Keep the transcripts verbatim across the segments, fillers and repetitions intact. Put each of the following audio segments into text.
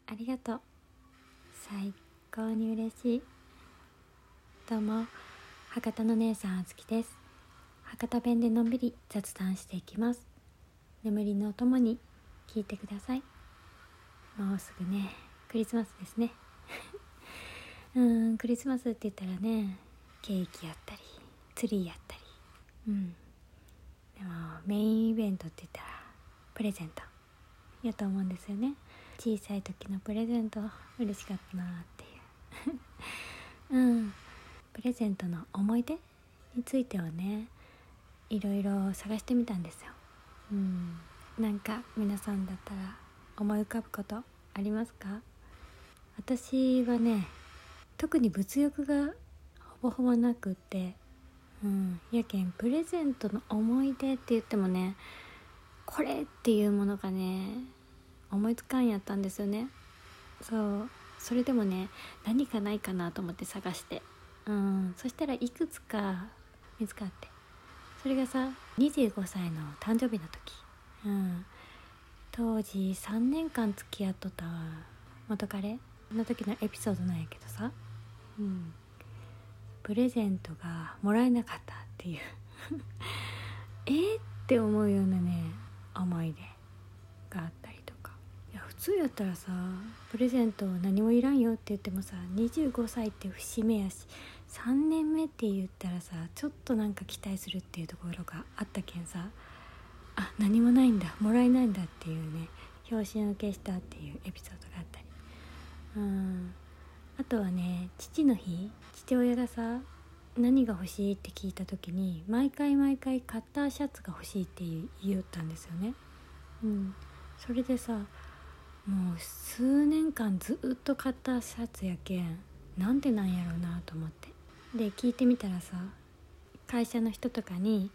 ありがとう。最高に嬉しい。どうも、博多の姉さんあつきです。博多弁でのんびり雑談していきます。眠りのおともに聞いてください。もうすぐね、クリスマスですね。うーん、クリスマスって言ったらね、ケーキやったり、ツリーやったり。うん。でもメインイベントって言ったらプレゼントやと思うんですよね。小さい時のプレゼント嬉しかったなっていううんプレゼントの思い出についてはね、いろいろ探してみたんですよ。うんなんか皆さんだったら思い浮かぶことありますか？私はね、特に物欲がほぼほぼなくって、うんやけんプレゼントの思い出って言ってもね、これっていうものがね思いつかんやったんですよね。そうそれでもね、何かないかなと思って探して、うんそしたらいくつか見つかって、それがさにじゅうごさいの誕生日の時、うん当時さんねんかん付き合っとった元彼の時のエピソードなんやけどさ、うんプレゼントがもらえなかったっていうえーって思うようなね思い出があったりとか。いや普通やったらさ、プレゼント何もいらんよって言ってもさ、にじゅうごさいって節目やし、さんねんめって言ったらさ、ちょっとなんか期待するっていうところがあったけんさ、あ何もないんだ、もらえないんだっていうね、拍子抜けしたっていうエピソードがあったり、うんあとはね、父の日、父親がさ何が欲しいって聞いた時に、毎回毎回カッターシャツが欲しいって言いよったんですよね。うんそれでさ、もう数年間ずっとカッターシャツやけん、なんでなんやろうなと思って、で聞いてみたらさ、会社の人とかに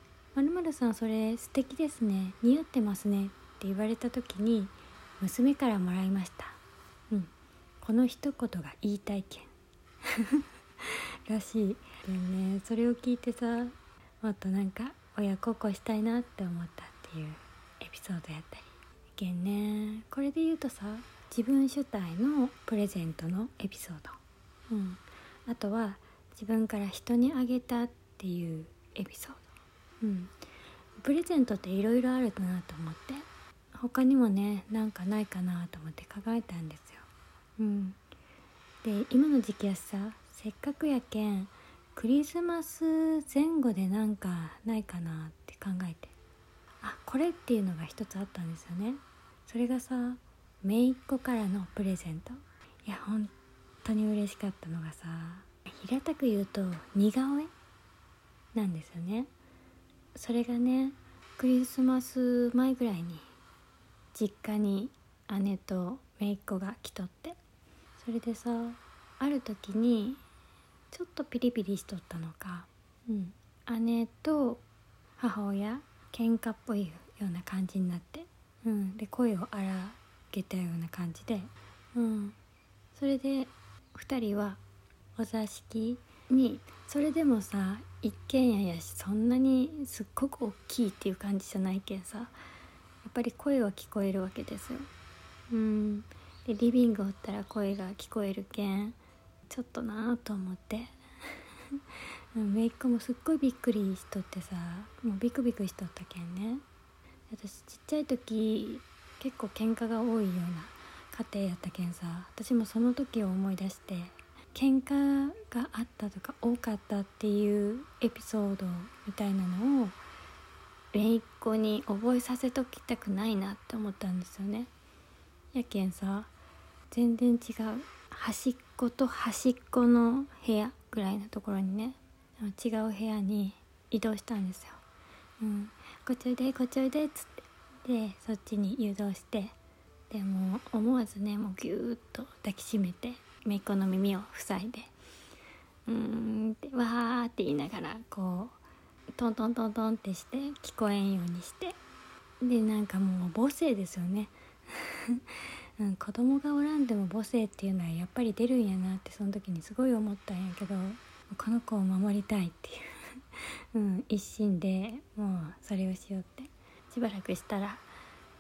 〇〇さんそれ素敵ですね、似合ってますねって言われた時に、娘からもらいました、うんこの一言が言いたいけんらしい。でね、それを聞いてさ、もっとなんか親孝行したいなって思ったっていうエピソードやったりけんね。これで言うとさ、自分主体のプレゼントのエピソード、うん、あとは自分から人にあげたっていうエピソード、うん、プレゼントっていろいろあるなと思って、他にもねなんかないかなと思って考えたんですよ。うん、で今の時期やしさ、せっかくやけんクリスマス前後でなんかないかなって考えて、あこれっていうのが一つあったんですよね。それがさ、姪っ子からのプレゼント。いや本当に嬉しかったのがさ、平たく言うと似顔絵なんですよね。それがね、クリスマス前ぐらいに実家に姉と姪っ子が来とって、それでさ、ある時にちょっとピリピリしとったのか、うん、姉と母親喧嘩っぽいような感じになって、うん、で声を荒げたような感じで、うん、それでふたりはお座敷に、それでもさ一軒家やし、そんなにすっごく大きいっていう感じじゃないけんさ、やっぱり声は聞こえるわけですよ。うんでリビングおったら声が聞こえるけん、ちょっとなぁと思って姪っ子もすっごいびっくりしとってさ、もうビクビクしとったけんね。私ちっちゃい時結構喧嘩が多いような家庭やったけんさ、私もその時を思い出して、喧嘩があったとか多かったっていうエピソードみたいなのを姪っ子に覚えさせときたくないなって思ったんですよね。やけんさ、全然違う端っこと端っこの部屋ぐらいのところにね、違う部屋に移動したんですよ。うん、こっちおいでこっちおいでっつって、でそっちに誘導して、でも思わずね、もうギューッと抱きしめて姪っ子の耳を塞いで、うーんってわーって言いながら、こうトントントントンってして聞こえんようにして、でなんかもう母性ですよねうん、子供がおらんでも母性っていうのはやっぱり出るんやなって、その時にすごい思ったんやけど、この子を守りたいっていううん、一心でもうそれをしようって。しばらくしたら、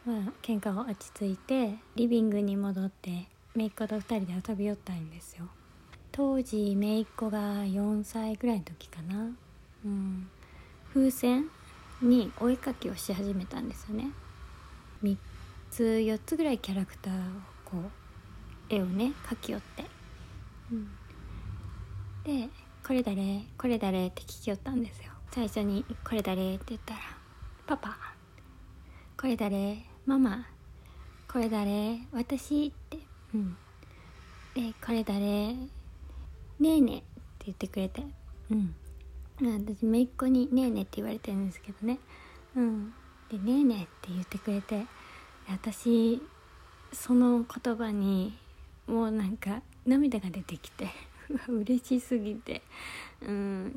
まあ喧嘩は落ち着いてリビングに戻って姪っ子とふたりで遊び寄ったんですよ。当時姪っ子がよんさいぐらいの時かな、うん、風船にお絵描きをし始めたんですよね。みっつよっつぐらいキャラクターをこう絵をね描きよって、うん、でこれ誰これ誰って聞きよったんですよ。最初にこれ誰って言ったらパパ、これ誰ママ、これ誰私って、うん、でこれ誰ねえねえって言ってくれて、うん、私姪っ子にねえねえって言われてるんですけどね、うん、でねえねえって言ってくれて、私その言葉にもうなんか涙が出てきて嬉しすぎて、うん、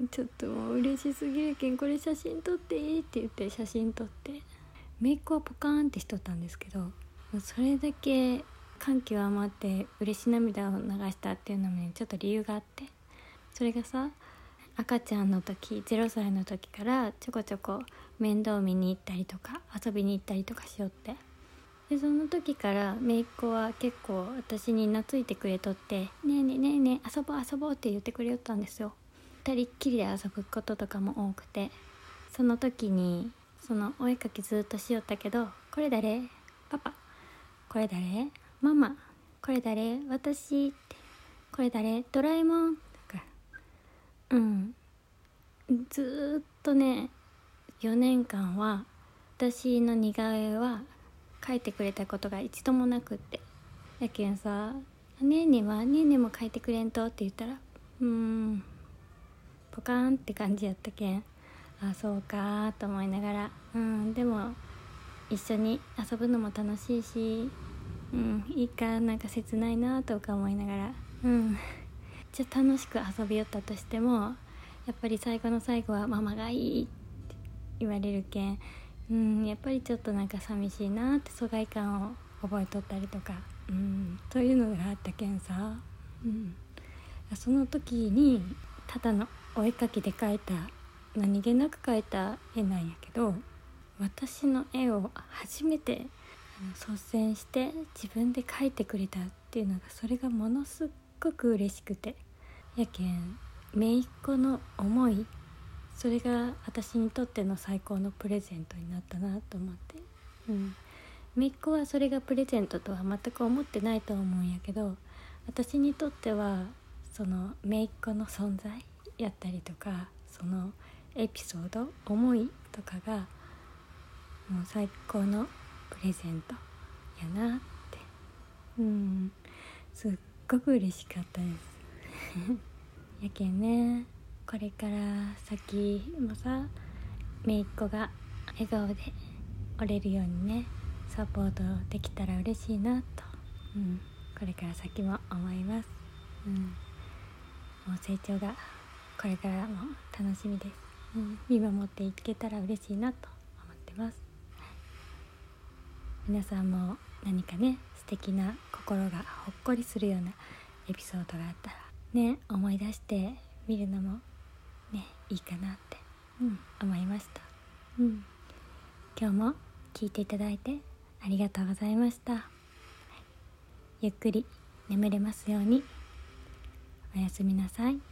ちょっともう嬉しすぎるけんこれ写真撮っていいって言って写真撮って、姪っ子はポカーンってしとったんですけど、それだけ感極まって嬉し涙を流したっていうのもねちょっと理由があって、それがさ赤ちゃんの時ゼロさいの時からちょこちょこ面倒見に行ったりとか遊びに行ったりとかしよって、でその時から姪っ子は結構私に懐いてくれとって、ねえねえねえねえ遊ぼう遊ぼうって言ってくれよったんですよ。二人っきりで遊ぶこととかも多くて、その時にそのお絵かきずっとしよったけど、これ誰パパ、これ誰ママ、これ誰私って、これ誰ドラえもんとか、うんずっとねよねんかんは私の似顔絵は描いてくれたことが一度もなくって、やけんさねえねえはねえねえも描いてくれんとって言ったらうーんポカーンって感じやったけん、あそうかと思いながら、うんでも一緒に遊ぶのも楽しいし、うんいいかなんか切ないなとか思いながら、うんじゃあ楽しく遊びよったとしてもやっぱり最後の最後はママがいいって言われるけん、うんやっぱりちょっとなんか寂しいなって疎外感を覚えとったりとか、うんそういうのがあったけんさ、うんその時にただのお絵描きで描いた何気なく描いた絵なんやけど、私の絵を初めて率先して自分で描いてくれたっていうのが、それがものすっごく嬉しくて、やけん姪っ子の思い、それが私にとっての最高のプレゼントになったなと思って、うん、姪っ子はそれがプレゼントとは全く思ってないと思うんやけど、私にとってはその姪っ子の存在やったりとか、そのエピソード思いとかがもう最高のプレゼントやなって、うんすっごく嬉しかったですやけんね、これから先もさ姪っ子が笑顔で折れるようにねサポートできたら嬉しいなと、うん、これから先も思います、うん、もう成長がこれからも楽しみです、うん、見守っていけたら嬉しいなと思ってます。皆さんも何かね素敵な心がほっこりするようなエピソードがあったらね思い出してみるのもねいいかなって、うん、思いました、うん、今日も聞いていただいてありがとうございました、はい、ゆっくり眠れますように。おやすみなさい。